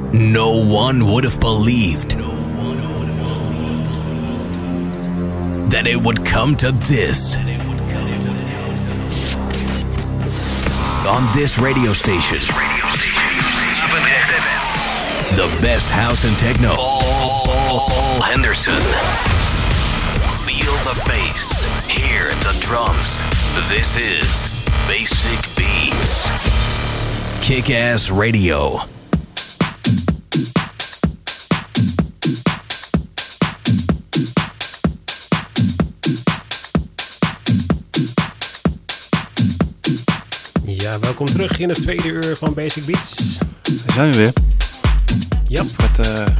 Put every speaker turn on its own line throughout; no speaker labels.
No one would have believed that it would come to this. On this radio station, the best house and techno. Paul Henderson. Feel the bass, hear the drums. This is Basic Beats. Kick-Ass Radio.
Ja, welkom terug in het tweede uur van Basic Beats.
Daar zijn we weer.
Ja.
Met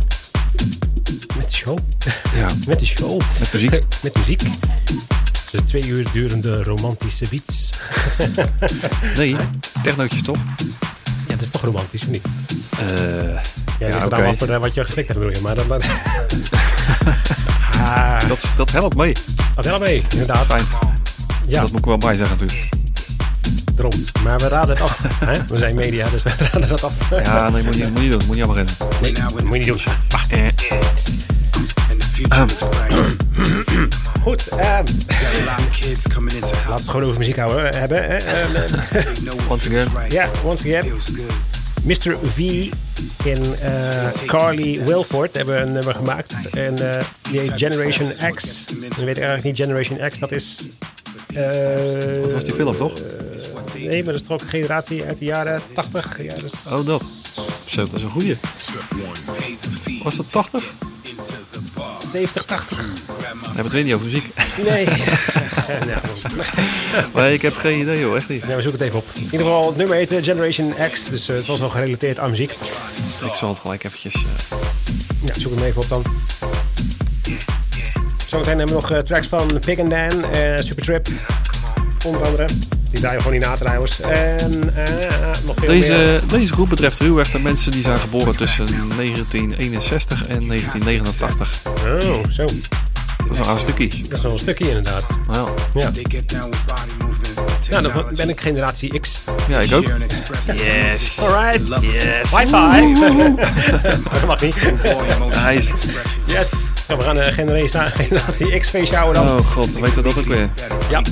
de show.
Ja.
Met de show.
Met muziek.
Met muziek. De 2 uur durende romantische beats.
Nee, technootjes toch?
Ja, dat is toch romantisch, of niet? Ja,
ja,
oké. Af voor wat je geslikt hebt, bedoel je. Maar
dat helpt mee.
Dat helpt mee, inderdaad.
Dat is fijn.
Ja.
Dat moet ik wel bij zeggen natuurlijk.
Daarom. Maar we raden het af. Hè? We zijn media, dus we raden dat af.
Ja, nee, moet je niet doen. Moet je aan beginnen.
Nee, moet je niet doen. Goed, laten we het gewoon over muziek hebben.
Once again.
Ja, once again. Mr. V en Carly Wilford hebben een nummer gemaakt. En die heet Generation X. En weet ik eigenlijk niet, Generation X, dat is...
Wat was die film toch?
Nee, maar dat is toch ook een generatie uit de jaren 80. Ja, dus...
Oh, dat. Zo, dat is een goeie. Was dat 80?
70, 80.
We hebben het weer niet over muziek.
Nee.
Nee, ik heb geen idee hoor, echt niet.
Nee, we zoeken het even op. In ieder geval, het nummer heette Generation X. Dus het was nog gerelateerd aan muziek.
Ik zal het gelijk eventjes...
Ja, zoek hem even op dan. Zometeen hebben we nog tracks van Pig and Dan, Supertrip, onder andere. Die draaien gewoon niet na trouwens. En nog veel meer.
Deze groep betreft ruwweg de mensen die zijn geboren tussen 1961 en 1989.
Oh, zo.
Dat is een aardig stukje.
Dat is wel een stukje inderdaad.
Ja.
Ja. Ja, dan ben ik generatie X.
Ja, ik ook. Yes.
Alright.
Yes.
High five. Dat mag niet.
Nice.
Yes. Ja, we gaan generatie X feestje houden dan.
Oh god, weten we dat ook weer?
Ja.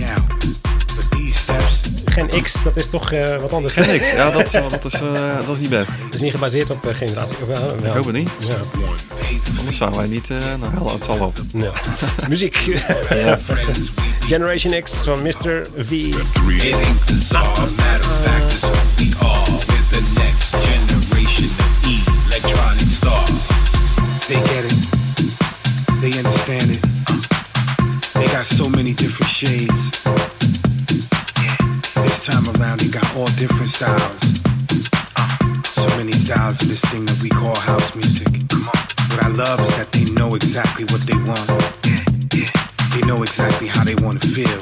Gen X, dat is toch wat anders.
Gen X, ja, dat is niet best.
Het is niet gebaseerd op generatie. Wel.
Ik hoop het niet.
Ja.
Anders zouden wij niet naar hel, het zal wel.
Ja. Muziek.
Ja.
Generation X van Mr. V.
They get it. They understand it. They got so many different shades. This time around, they got all different styles. So many styles of this thing that we call house music. What I love is that they know exactly what they want. They know exactly how they want to feel.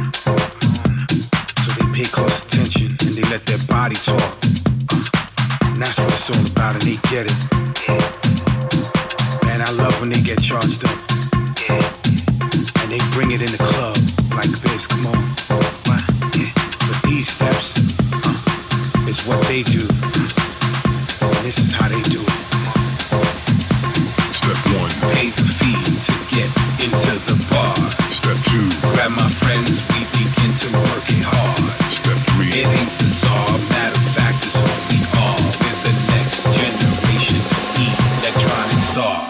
So they pay close attention and they let their body talk. And that's what it's all about, and they get it. Man, I love when they get charged up. And they bring it in the club like this, come on. But these steps is what they do. And this is how they do it. Step 1, pay the fee to get into the bar. Step 2, grab my friends, we begin to work it hard. Step 3, it ain't bizarre, matter of fact, it's who we are. We're the next generation of electronic stars.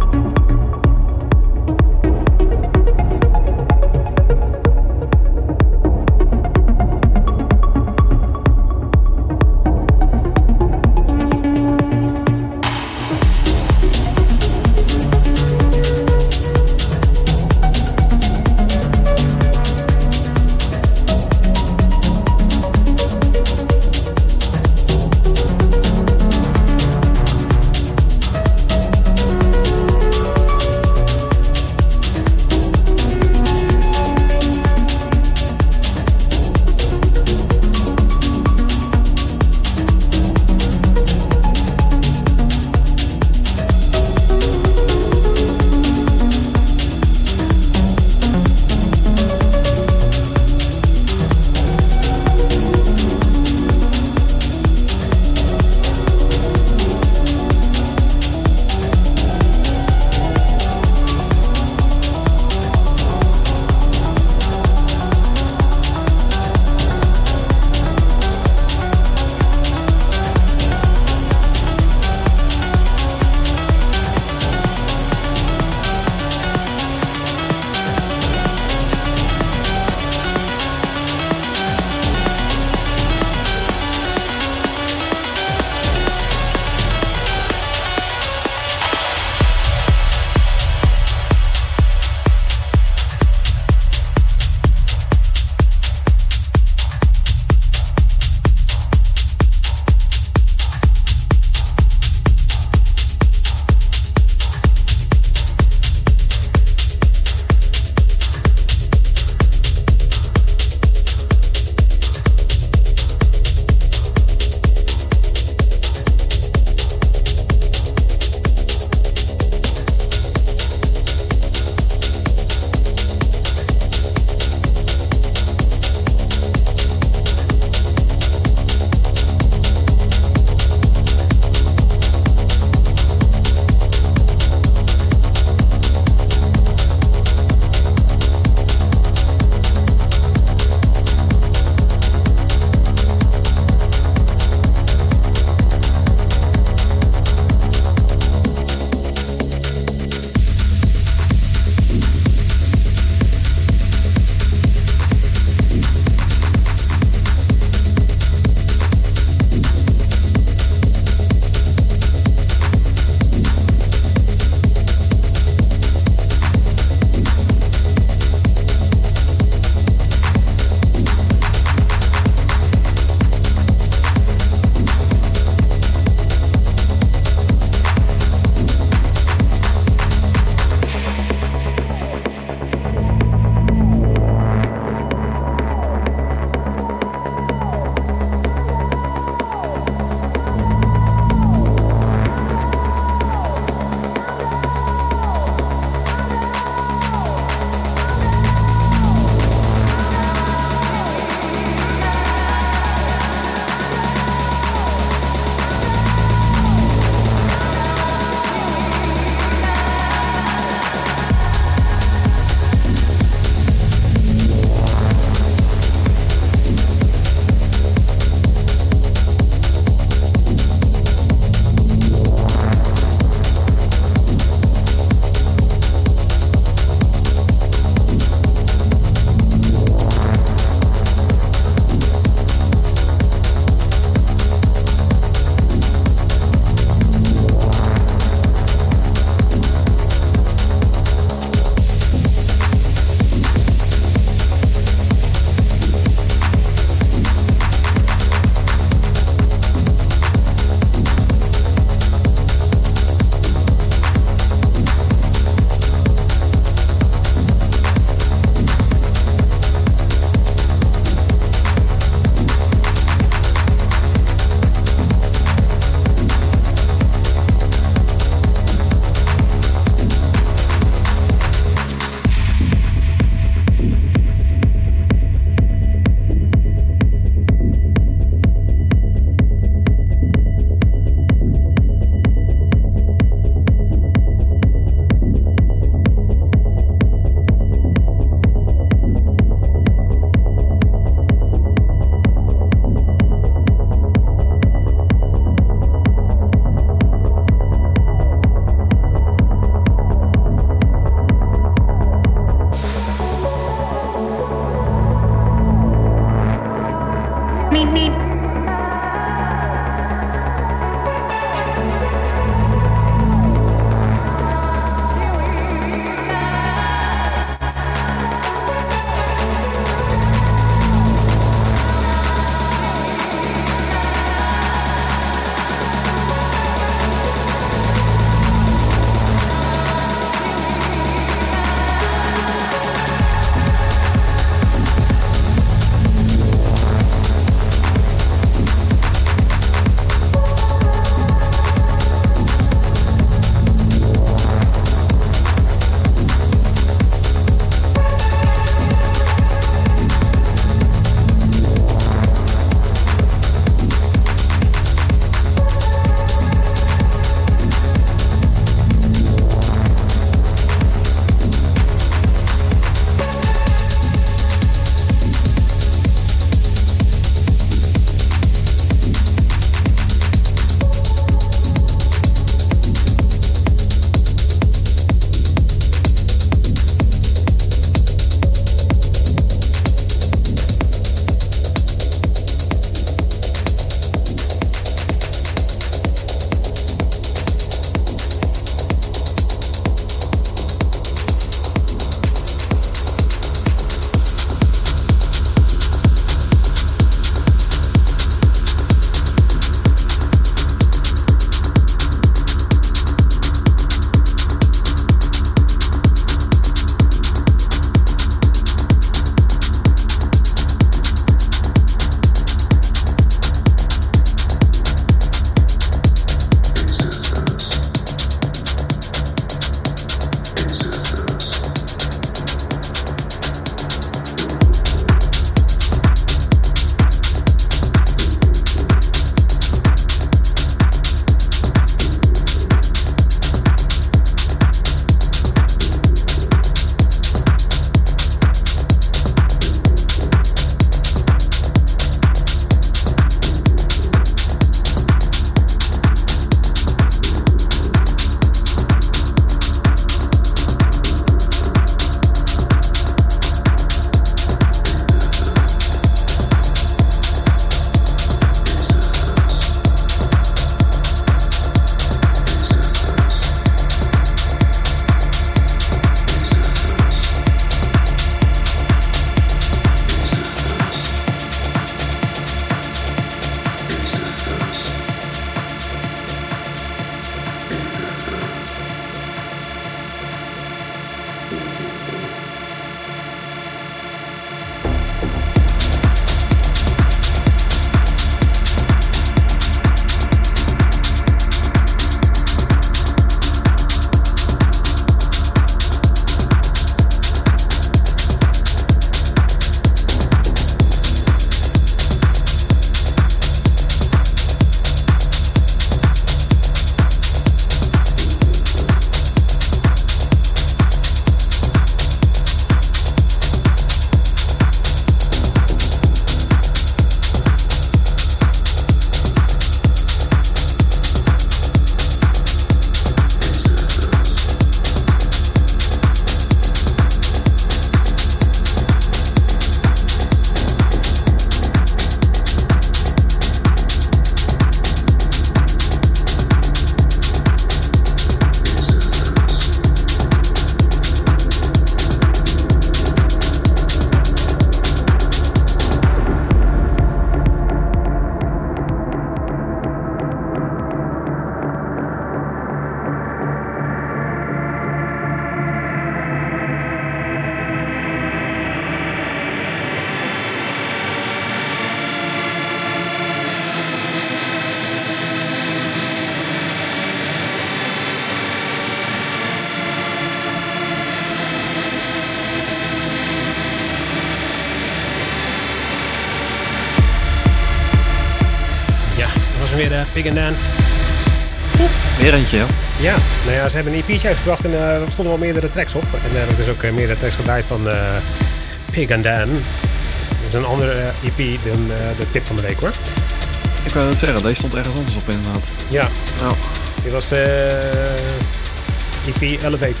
weer Pig and Dan.
Weer eentje, hè?
Ja, nou ja, ze hebben een EP'tje uitgebracht en er stonden wel meerdere tracks op. En daar heb ik dus ook meerdere tracks gedraaid van Pig and Dan. Dat is een andere EP dan de tip van de week, hoor.
Ik wou het zeggen, deze stond ergens anders op inderdaad.
Ja,
Nou,
dit was de EP Elevate.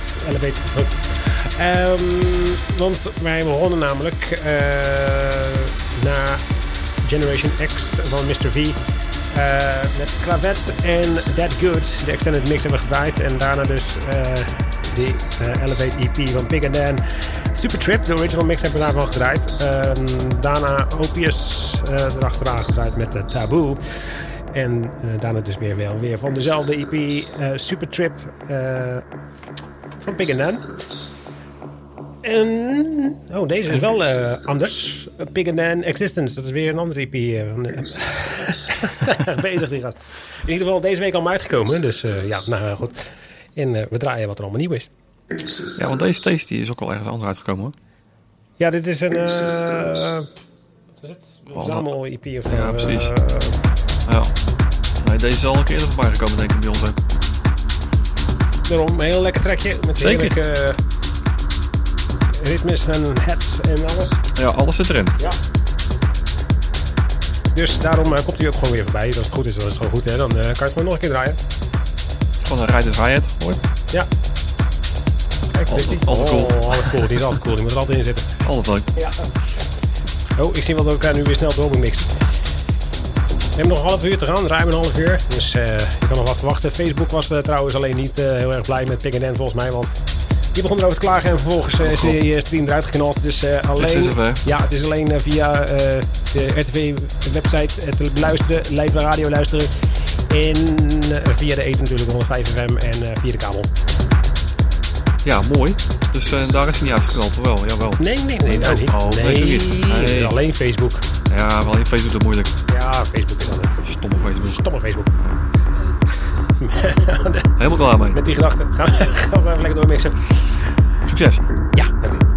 Want wij begonnen namelijk na Generation X van Mr. V met Clavet en That Good. De extended mix hebben we gedraaid. En daarna dus de Elevate EP van Pig and Dan. Super Trip, de original mix hebben we daarvan gedraaid. Daarna Opius erachteraan gedraaid met de Taboe. En daarna dus weer van dezelfde EP Super Trip van Pig and Dan. En deze is wel anders. Pig and Dan Existence, dat is weer een andere EP. Bezig die gast. In ieder geval deze week al uitgekomen. Dus goed. En we draaien wat er allemaal nieuw is.
ja, want deze taste die is ook al ergens anders uitgekomen, hoor.
Ja, dit is een verzamel-EP of zo.
Ja, precies. Ja. Nee, deze is al een keer voorbij gekomen, denk ik, bij ons ook.
Daarom, een heel lekker trackje. Met heerlijke ritmes en hats en alles.
Ja, alles zit erin.
Ja. Dus daarom komt hij ook gewoon weer voorbij. Als het goed is, dan is het gewoon goed. Hè? Dan kan je het gewoon nog een keer draaien.
Gewoon een Riders Riot, hoor.
Ja. Kijk,
altijd cool.
Altijd cool. Die is altijd cool. Die moet er altijd in zitten.
Altijd leuk.
Ja. Oh, ik zie wel dat we elkaar nu weer snel doormixen. We hebben nog een half uur te gaan, ruim een half uur. Dus je kan nog wat wachten. Facebook was trouwens alleen niet heel erg blij met Pig and Dan volgens mij. Want die begon erover te klagen en vervolgens is die stream eruit geknald. Dus alleen, het is alleen via de RTV-website te beluisteren, live radio luisteren. En via de eten natuurlijk 105 FM en via de kabel.
Ja, mooi. Dus daar is hij niet uitgeknald, wel? Jawel.
Nee, daar niet.
Oh, nee.
Alleen Facebook.
Ja, wel in Facebook is moeilijk.
Ja, Facebook is dan het. Stomme Facebook.
Helemaal klaar mee.
Met die gedachten gaan we even lekker doormixen.
Succes.
Ja, dank u.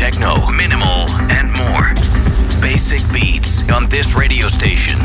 techno, minimal, and more. Basic beats on this radio station.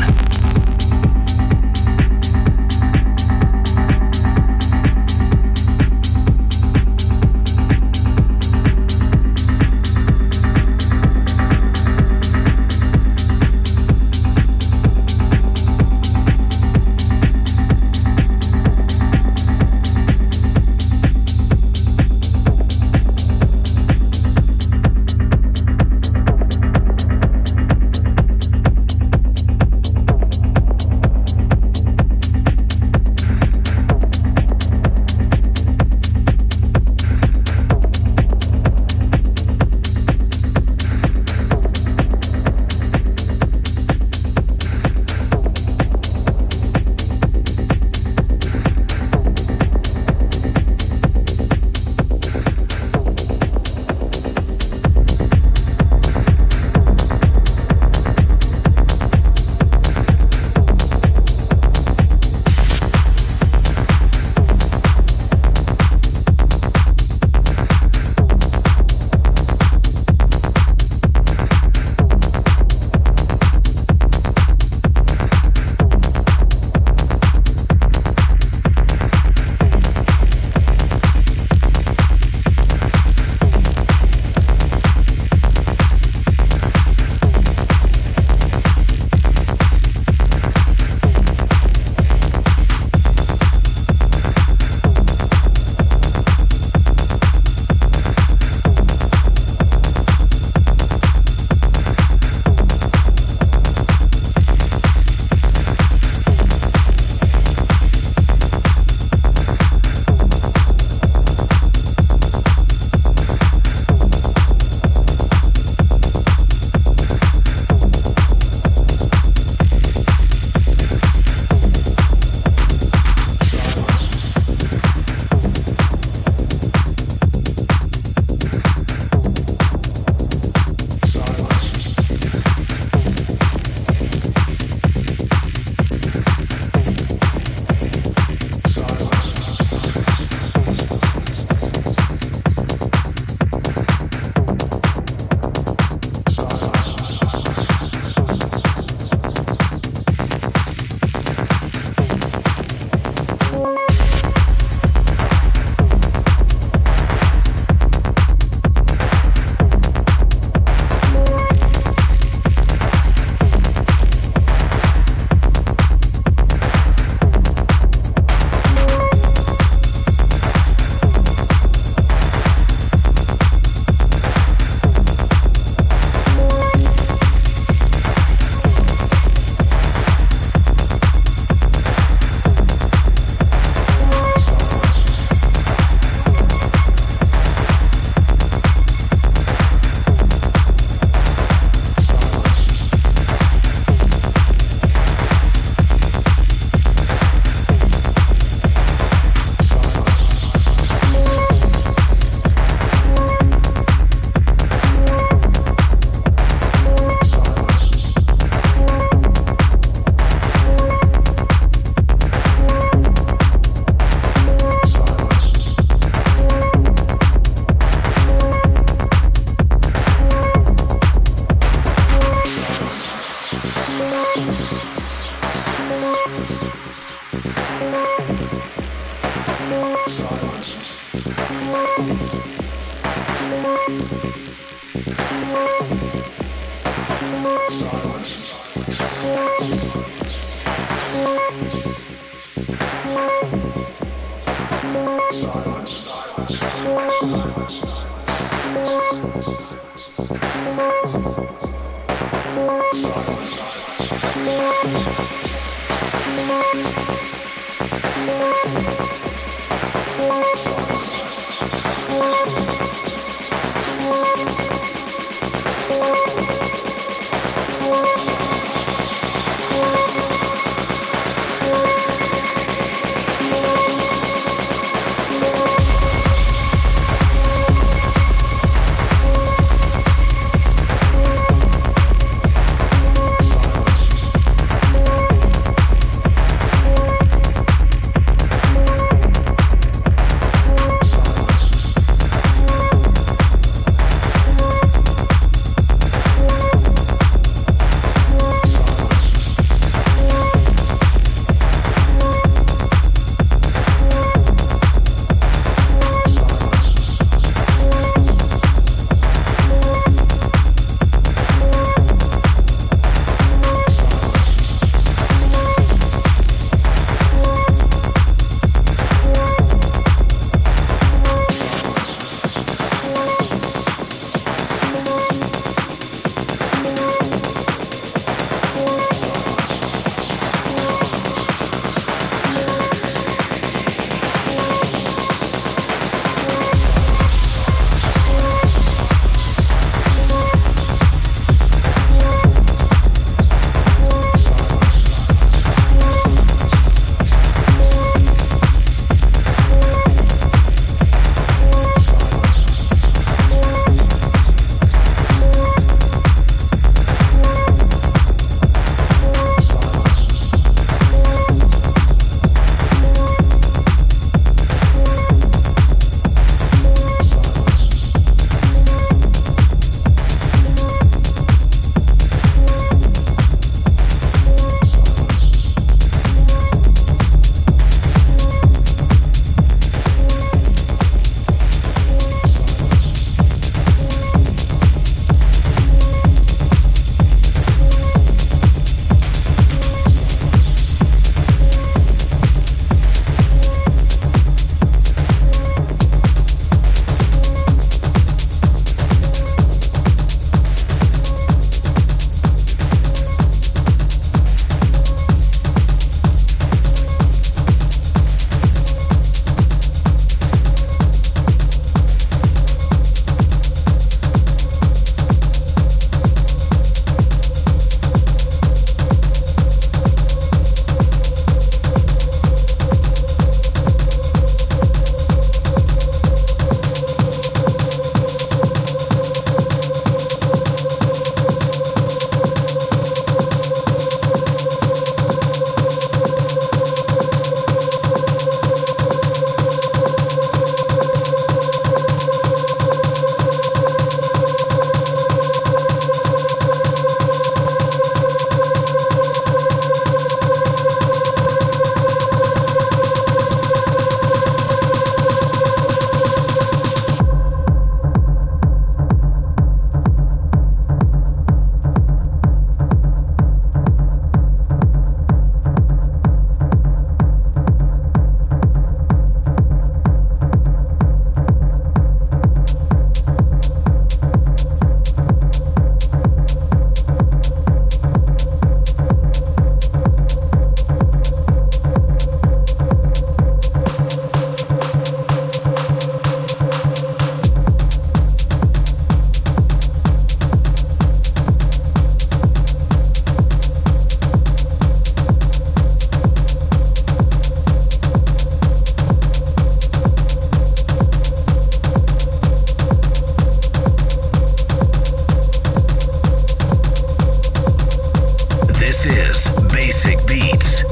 Basic Beats.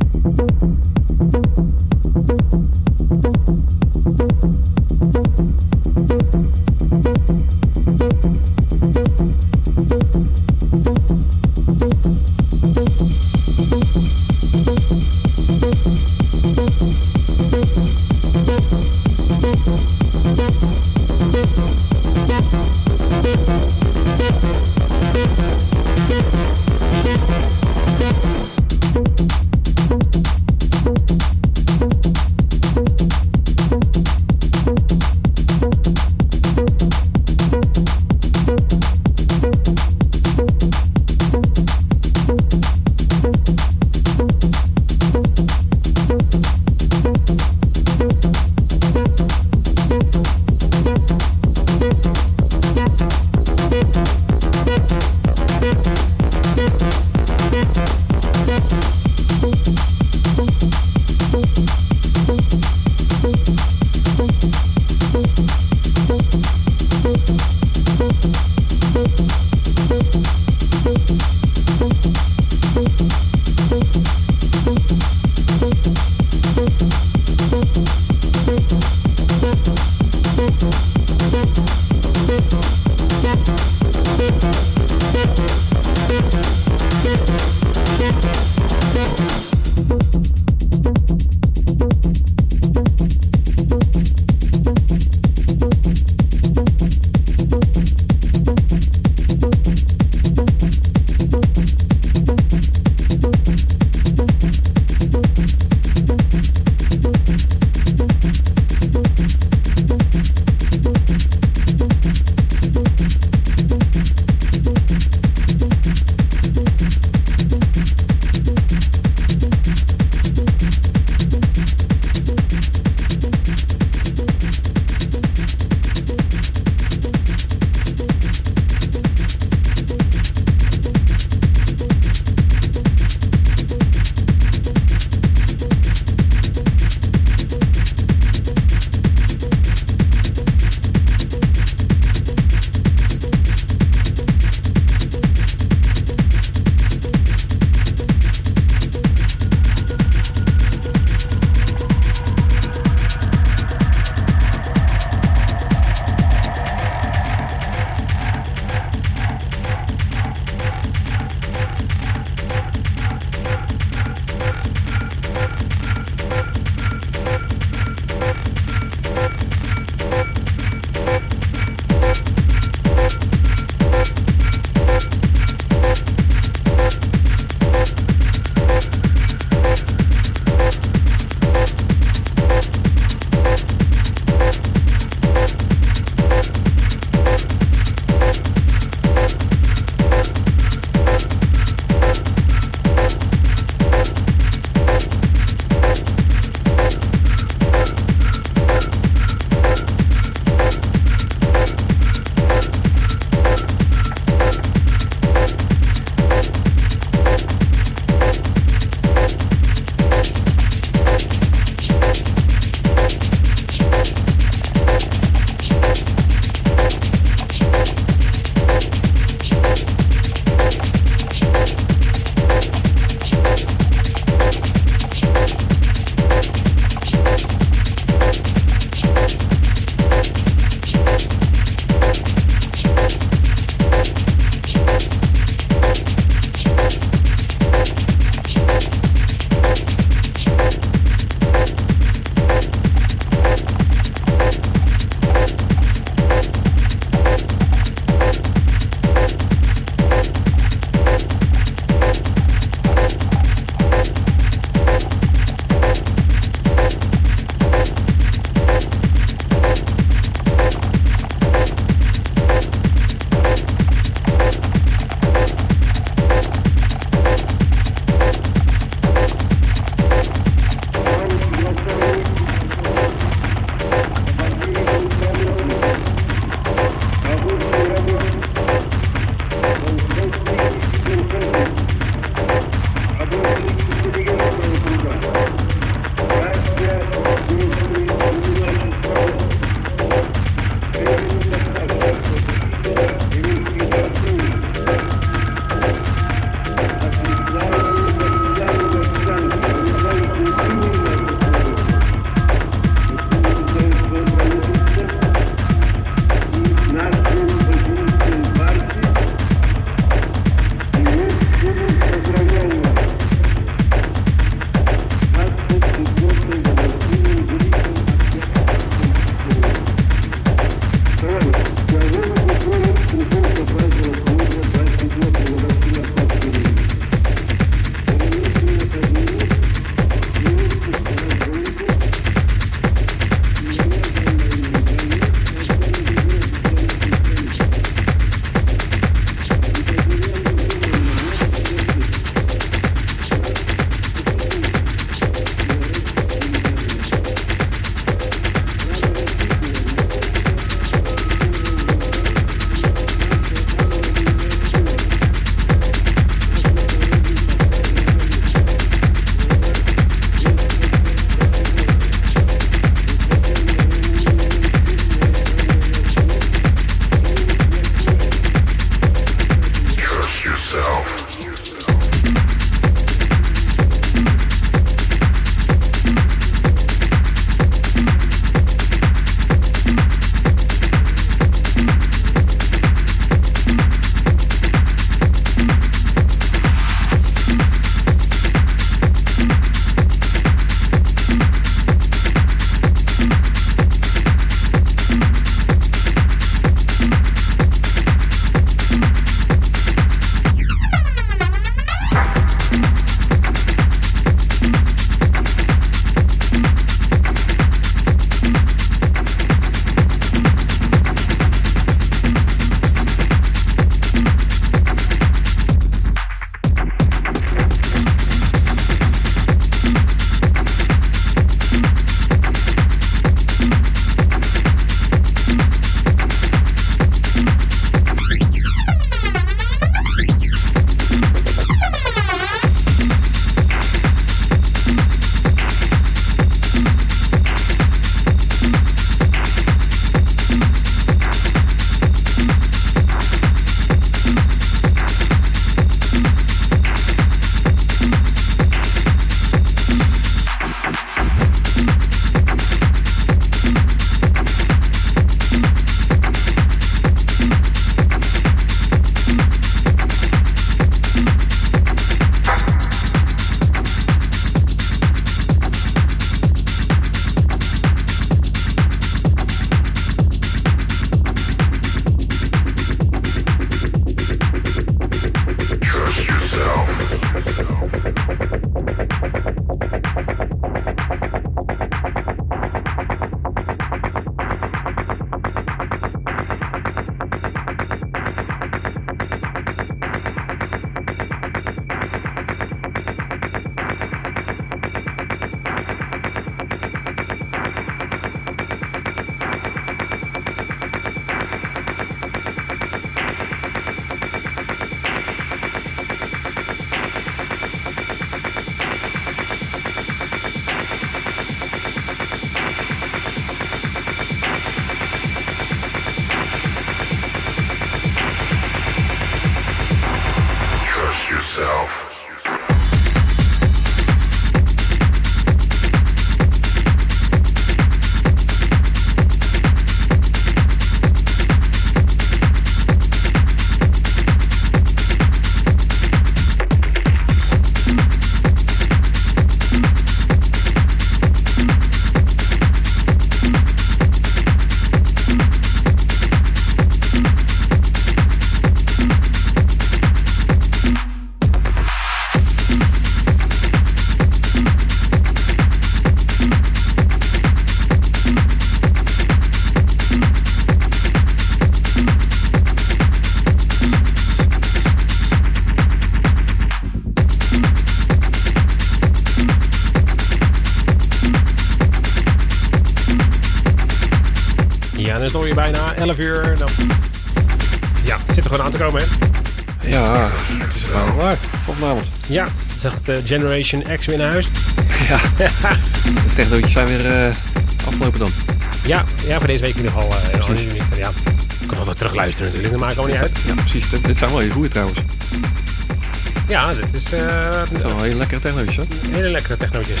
alweer bijna 11 uur. Nou, ja, het zit er gewoon aan te komen, hè?
Ja, het is gewoon waar voor vanavond.
Ja, zegt Generation X weer naar huis.
Ja, de technootjes zijn weer afgelopen dan.
Ja, voor deze week in ieder geval. Ja, ik kan altijd terugluisteren natuurlijk, dat maakt allemaal niet uit.
Ja, precies. Dit zijn wel hele goede trouwens.
Ja, dit is...
Het zijn wel hele lekkere technootjes, hè?
Hele lekkere technootjes.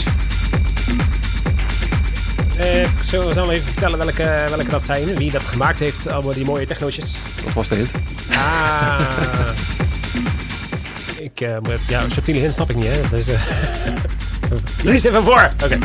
Zullen we even vertellen welke dat zijn? Wie dat gemaakt heeft, allemaal die mooie technootjes?
Dat was de hint.
Subtiele hint snap ik niet, hè? Dus, lees even voor! Oké.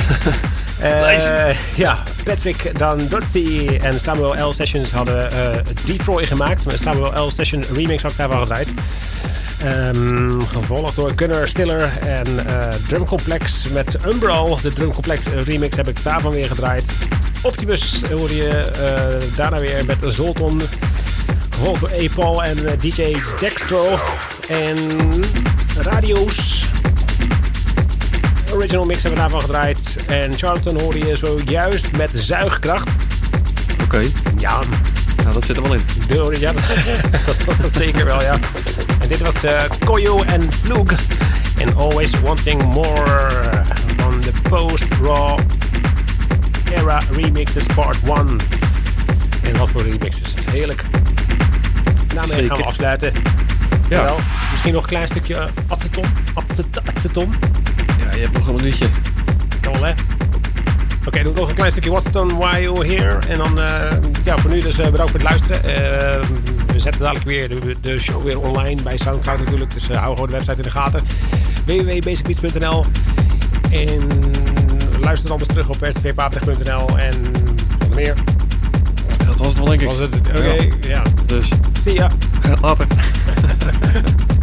Ja, Patrick Dandozzi en Samuel L. Sessions hadden Detroit gemaakt. Samuel L. Session remix had ik daarvan gedraaid. Gevolgd door Gunnar Stiller en Drumcomplex met Umbral. De Drumcomplex remix heb ik daarvan weer gedraaid. Optimus hoorde je daarna weer met Zolton. Gevolgd door A-Paul en DJ Dextro. En Radio's. Original mix hebben we daarvan gedraaid. En Charlton hoorde je zojuist met Zuigkracht.
Oké.
Ja.
Nou, dat zit er wel in.
Ja, dat zeker wel, ja. En dit was Koyo en Vloog. En Always Wanting More. Van de Post-Raw Era Remixes Part 1. En wat voor remixes. Heerlijk. Daarmee gaan we afsluiten.
Ja.
Wel, misschien nog een klein stukje aceton.
Ja, je hebt nog een minuutje.
Kan wel, hè? Oké, doe nog een klein stukje Washington Why You Here. En dan, voor nu dus bedankt voor het luisteren. We zetten dadelijk weer de show weer online bij Soundcloud natuurlijk. Dus hou gewoon de website in de gaten. www.basicbeats.nl. En luister dan eens terug op rtvpaprig.nl. En wat meer.
Dat was het wel, denk ik.
Was het? Oké, ja.
Dus.
Zie ya.
Later.